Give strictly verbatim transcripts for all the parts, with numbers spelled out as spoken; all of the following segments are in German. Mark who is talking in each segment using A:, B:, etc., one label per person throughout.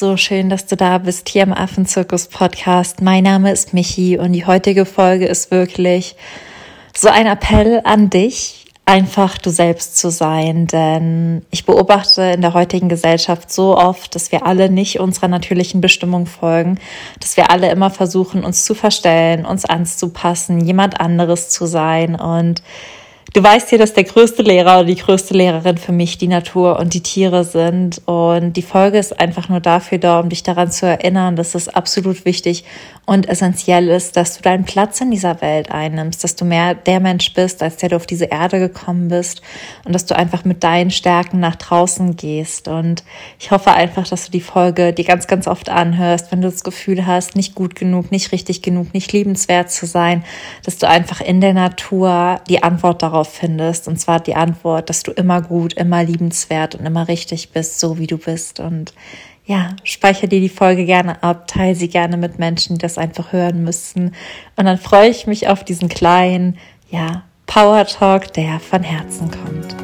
A: so schön, dass du da bist hier im Affenzirkus-Podcast. Mein Name ist Michi und die heutige Folge ist wirklich so ein Appell an dich, einfach du selbst zu sein. Denn ich beobachte in der heutigen Gesellschaft so oft, dass wir alle nicht unserer natürlichen Bestimmung folgen, dass wir alle immer versuchen, uns zu verstellen, uns anzupassen, jemand anderes zu sein. Und du weißt ja, dass der größte Lehrer oder die größte Lehrerin für mich die Natur und die Tiere sind. Und die Folge ist einfach nur dafür da, um dich daran zu erinnern, dass es absolut wichtig und essentiell ist, dass du deinen Platz in dieser Welt einnimmst, dass du mehr der Mensch bist, als der du auf diese Erde gekommen bist und dass du einfach mit deinen Stärken nach draußen gehst. Und ich hoffe einfach, dass du die Folge dir ganz, ganz oft anhörst, wenn du das Gefühl hast, nicht gut genug, nicht richtig genug, nicht liebenswert zu sein, dass du einfach in der Natur die Antwort darauf findest. Und zwar die Antwort, dass du immer gut, immer liebenswert und immer richtig bist, so wie du bist. Und ja, speichere dir die Folge gerne ab, teile sie gerne mit Menschen, die das einfach hören müssen. Und dann freue ich mich auf diesen kleinen, ja, Power Talk, der von Herzen kommt.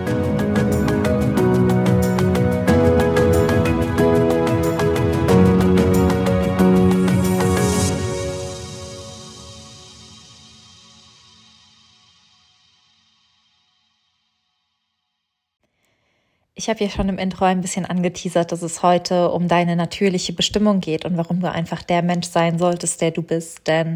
A: Ich habe ja schon im Intro ein bisschen angeteasert, dass es heute um deine natürliche Bestimmung geht und warum du einfach der Mensch sein solltest, der du bist. Denn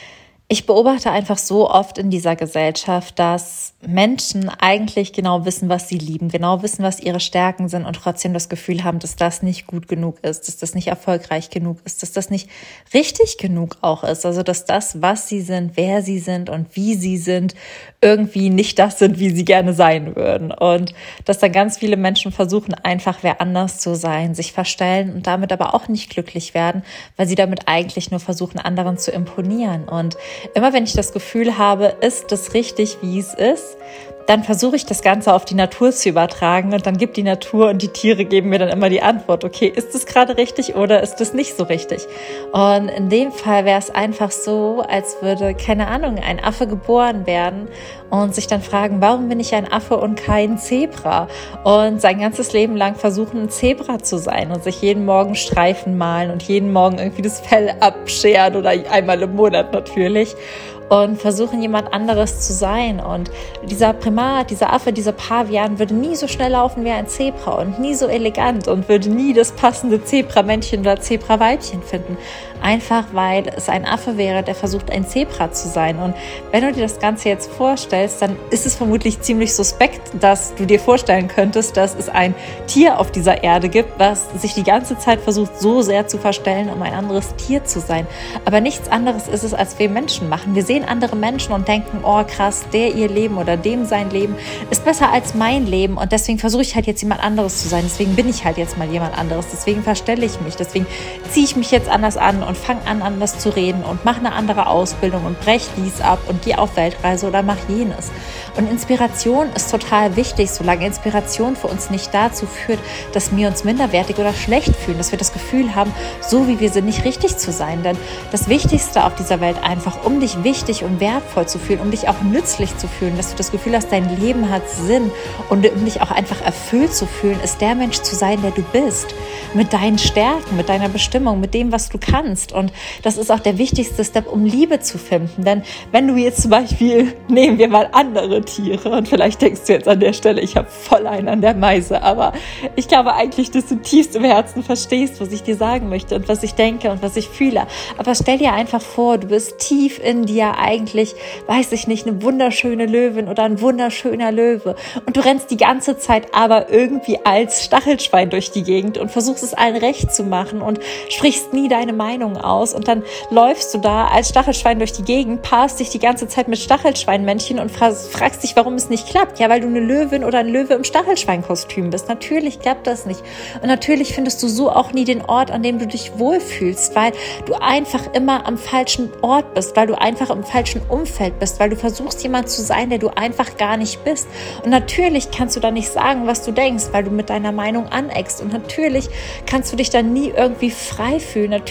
A: ich beobachte einfach so oft in dieser Gesellschaft, dass Menschen eigentlich genau wissen, was sie lieben, genau wissen, was ihre Stärken sind und trotzdem das Gefühl haben, dass das nicht gut genug ist, dass das nicht erfolgreich genug ist, dass das nicht richtig genug auch ist. Also dass das, was sie sind, wer sie sind und wie sie sind, irgendwie nicht das sind, wie sie gerne sein würden. Und dass dann ganz viele Menschen versuchen, einfach wer anders zu sein, sich verstellen und damit aber auch nicht glücklich werden, weil sie damit eigentlich nur versuchen, anderen zu imponieren. Und immer wenn ich das Gefühl habe, ist das richtig, wie es ist, dann versuche ich das Ganze auf die Natur zu übertragen und dann gibt die Natur und die Tiere geben mir dann immer die Antwort, okay, ist das gerade richtig oder ist das nicht so richtig? Und in dem Fall wäre es einfach so, als würde, keine Ahnung, ein Affe geboren werden und sich dann fragen, warum bin ich ein Affe und kein Zebra? Und sein ganzes Leben lang versuchen, ein Zebra zu sein und sich jeden Morgen Streifen malen und jeden Morgen irgendwie das Fell abscheren oder einmal im Monat natürlich. Und versuchen, jemand anderes zu sein. Und dieser Primat, dieser Affe, dieser Pavian würde nie so schnell laufen wie ein Zebra und nie so elegant und würde nie das passende Zebramännchen oder Zebraweibchen finden. Einfach, weil es ein Affe wäre, der versucht, ein Zebra zu sein. Und wenn du dir das Ganze jetzt vorstellst, dann ist es vermutlich ziemlich suspekt, dass du dir vorstellen könntest, dass es ein Tier auf dieser Erde gibt, was sich die ganze Zeit versucht, so sehr zu verstellen, um ein anderes Tier zu sein. Aber nichts anderes ist es, als wir Menschen machen. Wir sehen andere Menschen und denken, oh krass, der ihr Leben oder dem sein Leben ist besser als mein Leben und deswegen versuche ich halt jetzt jemand anderes zu sein, deswegen bin ich halt jetzt mal jemand anderes, deswegen verstelle ich mich, deswegen ziehe ich mich jetzt anders an und fange an, anders zu reden und mache eine andere Ausbildung und breche dies ab und gehe auf Weltreise oder mache jenes. Und Inspiration ist total wichtig, solange Inspiration für uns nicht dazu führt, dass wir uns minderwertig oder schlecht fühlen, dass wir das Gefühl haben, so wie wir sind, nicht richtig zu sein. Denn das Wichtigste auf dieser Welt einfach, um dich wichtig und wertvoll zu fühlen, um dich auch nützlich zu fühlen, dass du das Gefühl hast, dein Leben hat Sinn und um dich auch einfach erfüllt zu fühlen, ist der Mensch zu sein, der du bist. Mit deinen Stärken, mit deiner Bestimmung, mit dem, was du kannst. Und das ist auch der wichtigste Step, um Liebe zu finden. Denn wenn du jetzt zum Beispiel, nehmen wir mal andere Tiere und vielleicht denkst du jetzt an der Stelle, ich habe voll einen an der Meise, aber ich glaube eigentlich, dass du tiefst im Herzen verstehst, was ich dir sagen möchte und was ich denke und was ich fühle. Aber stell dir einfach vor, du bist tief in dir eigentlich, weiß ich nicht, eine wunderschöne Löwin oder ein wunderschöner Löwe und du rennst die ganze Zeit aber irgendwie als Stachelschwein durch die Gegend und versuchst es allen recht zu machen und sprichst nie deine Meinung aus und dann läufst du da als Stachelschwein durch die Gegend, paarst dich die ganze Zeit mit Stachelschweinmännchen und fragst dich, warum es nicht klappt. Ja, weil du eine Löwin oder ein Löwe im Stachelschweinkostüm bist. Natürlich klappt das nicht. Und natürlich findest du so auch nie den Ort, an dem du dich wohlfühlst, weil du einfach immer am falschen Ort bist, weil du einfach im falschen Umfeld bist, weil du versuchst, jemand zu sein, der du einfach gar nicht bist. Und natürlich kannst du da nicht sagen, was du denkst, weil du mit deiner Meinung aneckst. Und natürlich kannst du dich dann nie irgendwie frei fühlen. Natürlich bist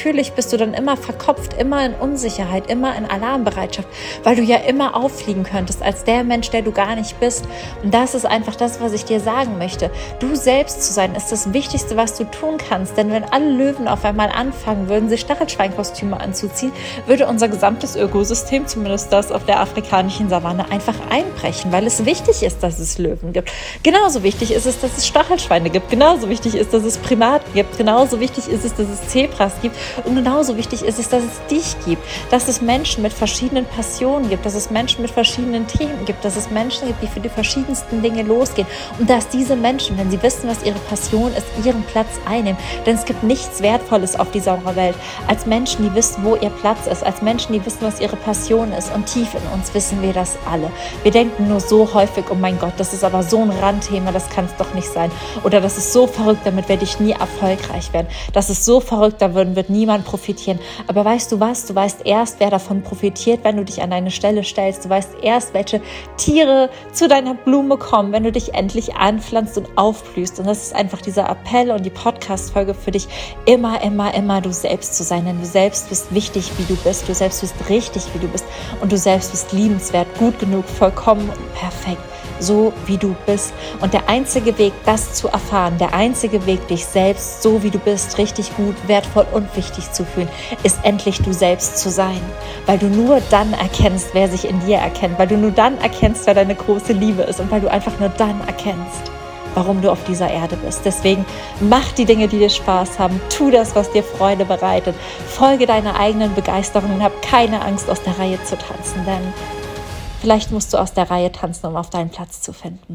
A: bist du dann immer verkopft, immer in Unsicherheit, immer in Alarmbereitschaft, weil du ja immer auffliegen könntest als der Mensch, der du gar nicht bist. Und das ist einfach das, was ich dir sagen möchte. Du selbst zu sein, ist das Wichtigste, was du tun kannst. Denn wenn alle Löwen auf einmal anfangen würden, sich Stachelschweinkostüme anzuziehen, würde unser gesamtes Ökosystem, zumindest das auf der afrikanischen Savanne, einfach einbrechen, weil es wichtig ist, dass es Löwen gibt. Genauso wichtig ist es, dass es Stachelschweine gibt. Genauso wichtig ist, dass es Primaten gibt. Genauso wichtig ist es, dass es Zebras gibt. Und genauso wichtig ist es, dass es dich gibt. Dass es Menschen mit verschiedenen Passionen gibt. Dass es Menschen mit verschiedenen Themen gibt. Dass es Menschen gibt, die für die verschiedensten Dinge losgehen. Und dass diese Menschen, wenn sie wissen, was ihre Passion ist, ihren Platz einnehmen. Denn es gibt nichts Wertvolles auf dieser Welt als Menschen, die wissen, wo ihr Platz ist. Als Menschen, die wissen, was ihre Passion ist. Und tief in uns wissen wir das alle. Wir denken nur so häufig, oh mein Gott, das ist aber so ein Randthema, das kann es doch nicht sein. Oder das ist so verrückt, damit werde ich nie erfolgreich werden. Das ist so verrückt, da wird niemand profitieren. Aber weißt du was? Du weißt erst, wer davon profitiert, wenn du dich an deine Stelle stellst. Du weißt erst, welche Tiere zu deiner Blume kommen, wenn du dich endlich anpflanzt und aufblühst. Und das ist einfach dieser Appell und die Podcast-Folge für dich, immer, immer, immer du selbst zu sein. Denn du selbst bist wichtig, wie du bist. Du selbst bist richtig, wie du bist. Und du selbst bist liebenswert, gut genug, vollkommen und perfekt, so wie du bist. Und der einzige Weg, das zu erfahren, der einzige Weg, dich selbst, so wie du bist, richtig gut, wertvoll und wichtig zu fühlen, ist endlich du selbst zu sein. Weil du nur dann erkennst, wer sich in dir erkennt. Weil du nur dann erkennst, wer deine große Liebe ist. Und weil du einfach nur dann erkennst, warum du auf dieser Erde bist. Deswegen mach die Dinge, die dir Spaß haben. Tu das, was dir Freude bereitet. Folge deiner eigenen Begeisterung und hab keine Angst, aus der Reihe zu tanzen. Denn vielleicht musst du aus der Reihe tanzen, um auf deinen Platz zu finden.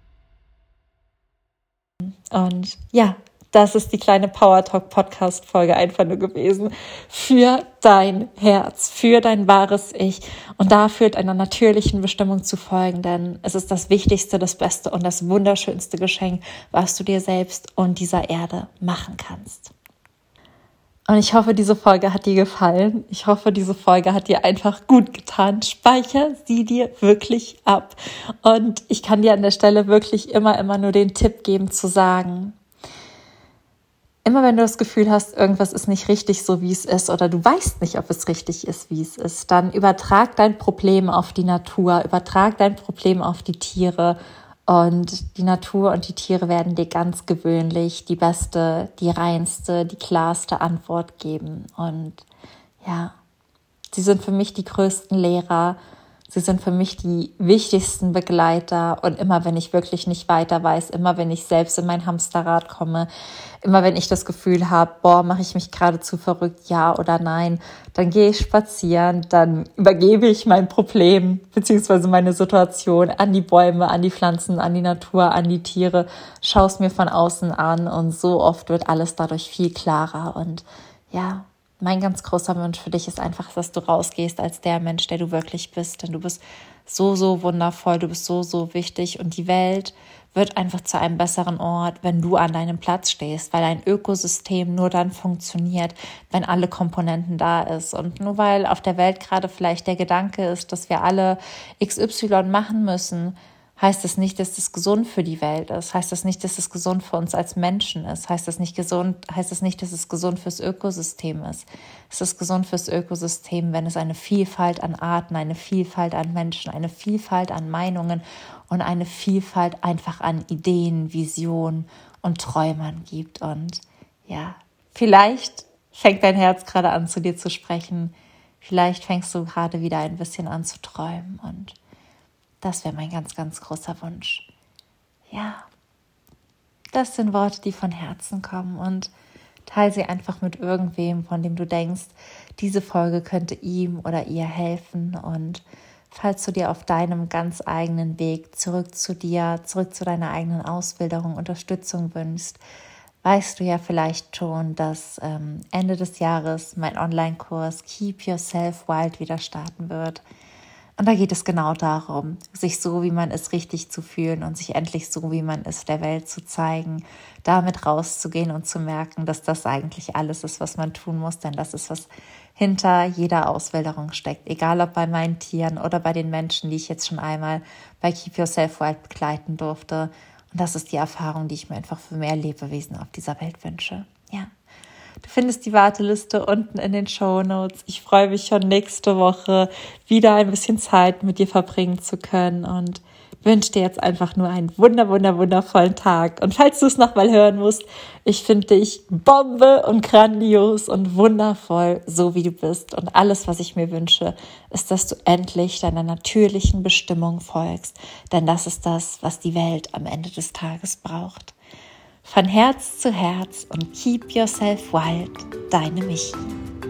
A: Und ja, das ist die kleine Power Talk Podcast Folge einfach nur gewesen für dein Herz, für dein wahres Ich und dafür einer natürlichen Bestimmung zu folgen, denn es ist das Wichtigste, das Beste und das wunderschönste Geschenk, was du dir selbst und dieser Erde machen kannst. Und ich hoffe, diese Folge hat dir gefallen. Ich hoffe, diese Folge hat dir einfach gut getan. Speicher sie dir wirklich ab. Und ich kann dir an der Stelle wirklich immer, immer nur den Tipp geben, zu sagen, immer wenn du das Gefühl hast, irgendwas ist nicht richtig so, wie es ist, oder du weißt nicht, ob es richtig ist, wie es ist, dann übertrag dein Problem auf die Natur, übertrag dein Problem auf die Tiere. Und die Natur und die Tiere werden dir ganz gewöhnlich die beste, die reinste, die klarste Antwort geben. Und ja, sie sind für mich die größten Lehrer. Sie sind für mich die wichtigsten Begleiter. Und immer, wenn ich wirklich nicht weiter weiß, immer, wenn ich selbst in mein Hamsterrad komme, immer, wenn ich das Gefühl habe, boah, mache ich mich geradezu verrückt, ja oder nein, dann gehe ich spazieren, dann übergebe ich mein Problem beziehungsweise meine Situation an die Bäume, an die Pflanzen, an die Natur, an die Tiere, schaue es mir von außen an und so oft wird alles dadurch viel klarer. Und ja, mein ganz großer Wunsch für dich ist einfach, dass du rausgehst als der Mensch, der du wirklich bist. Denn du bist so, so wundervoll, du bist so, so wichtig. Und die Welt wird einfach zu einem besseren Ort, wenn du an deinem Platz stehst. Weil ein Ökosystem nur dann funktioniert, wenn alle Komponenten da ist. Und nur weil auf der Welt gerade vielleicht der Gedanke ist, dass wir alle X Y machen müssen, heißt das nicht, dass es gesund für die Welt ist. Heißt das nicht, dass es gesund für uns als Menschen ist. Heißt das nicht gesund, heißt das nicht, dass es gesund fürs Ökosystem ist. Es ist gesund fürs Ökosystem, wenn es eine Vielfalt an Arten, eine Vielfalt an Menschen, eine Vielfalt an Meinungen und eine Vielfalt einfach an Ideen, Visionen und Träumern gibt. Und ja, vielleicht fängt dein Herz gerade an, zu dir zu sprechen. Vielleicht fängst du gerade wieder ein bisschen an zu träumen. Und das wäre mein ganz, ganz großer Wunsch. Ja, das sind Worte, die von Herzen kommen, und teile sie einfach mit irgendwem, von dem du denkst, diese Folge könnte ihm oder ihr helfen. Und falls du dir auf deinem ganz eigenen Weg zurück zu dir, zurück zu deiner eigenen Ausbildung Unterstützung wünschst, weißt du ja vielleicht schon, dass ähm, Ende des Jahres mein Online-Kurs Keep Yourself Wild wieder starten wird. Und da geht es genau darum, sich so, wie man ist, richtig zu fühlen und sich endlich so, wie man ist, der Welt zu zeigen, damit rauszugehen und zu merken, dass das eigentlich alles ist, was man tun muss, denn das ist, was hinter jeder Auswilderung steckt, egal ob bei meinen Tieren oder bei den Menschen, die ich jetzt schon einmal bei Keep Yourself Wild begleiten durfte. Und das ist die Erfahrung, die ich mir einfach für mehr Lebewesen auf dieser Welt wünsche. Ja. Du findest die Warteliste unten in den Shownotes. Ich freue mich schon nächste Woche wieder ein bisschen Zeit mit dir verbringen zu können und wünsche dir jetzt einfach nur einen wunder, wunder, wundervollen Tag. Und falls du es nochmal hören musst, ich finde dich Bombe und grandios und wundervoll, so wie du bist. Und alles, was ich mir wünsche, ist, dass du endlich deiner natürlichen Bestimmung folgst. Denn das ist das, was die Welt am Ende des Tages braucht. Von Herz zu Herz und keep yourself wild, deine Michi.